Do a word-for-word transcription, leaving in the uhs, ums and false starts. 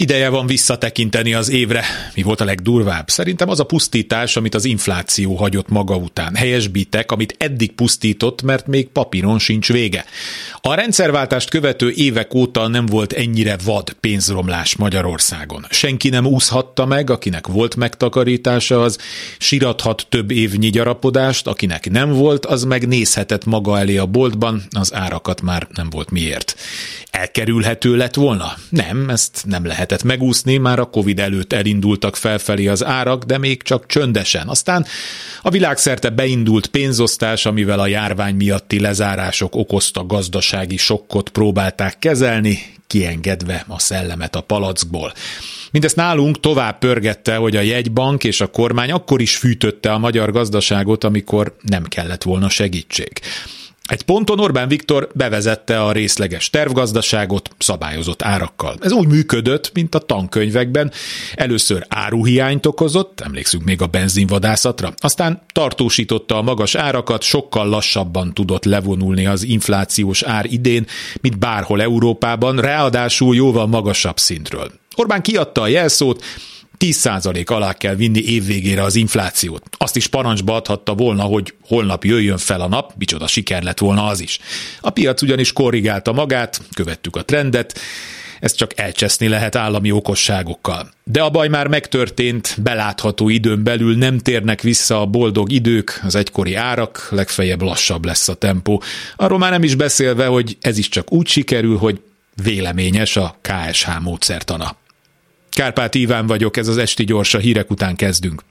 Ideje van visszatekinteni az évre. Mi volt a legdurvább? Szerintem az a pusztítás, amit az infláció hagyott maga után. Helyesbítek, amit eddig pusztított, mert még papíron sincs vége. A rendszerváltást követő évek óta nem volt ennyire vad pénzromlás Magyarországon. Senki nem úszhatta meg, akinek volt megtakarítása, az sirathat több évnyi gyarapodást, akinek nem volt, az meg nézhetett maga elé a boltban, az árakat már nem volt miért. Elkerülhető lett volna? Nem, ezt nem lehetett megúszni, már a Covid előtt elindultak felfelé az árak, de még csak csöndesen. Aztán a világszerte beindult pénzosztás, amivel a járvány miatti lezárások okozta gazdasági sokkot próbálták kezelni, kiengedve a szellemet a palackból. Mindezt nálunk tovább pörgette, hogy a jegybank és a kormány akkor is fűtötte a magyar gazdaságot, amikor nem kellett volna segítség. Egy ponton Orbán Viktor bevezette a részleges tervgazdaságot szabályozott árakkal. Ez úgy működött, mint a tankönyvekben. Először áruhiányt okozott, emlékszünk még a benzinvadászatra, aztán tartósította a magas árakat, sokkal lassabban tudott levonulni az inflációs ár idén, mint bárhol Európában, ráadásul jóval magasabb szintről. Orbán kiadta a jelszót, tíz százalék alá kell vinni évvégére az inflációt. Azt is parancsba adhatta volna, hogy holnap jöjjön fel a nap, micsoda siker lett volna az is. A piac ugyanis korrigálta magát, követtük a trendet, ezt csak elcseszni lehet állami okosságokkal. De a baj már megtörtént, belátható időn belül nem térnek vissza a boldog idők, az egykori árak, legfeljebb lassabb lesz a tempó. Arról már nem is beszélve, hogy ez is csak úgy sikerül, hogy véleményes a ká es há módszertana. Kárpát Iván vagyok, ez az Esti Gyors, a hírek után kezdünk.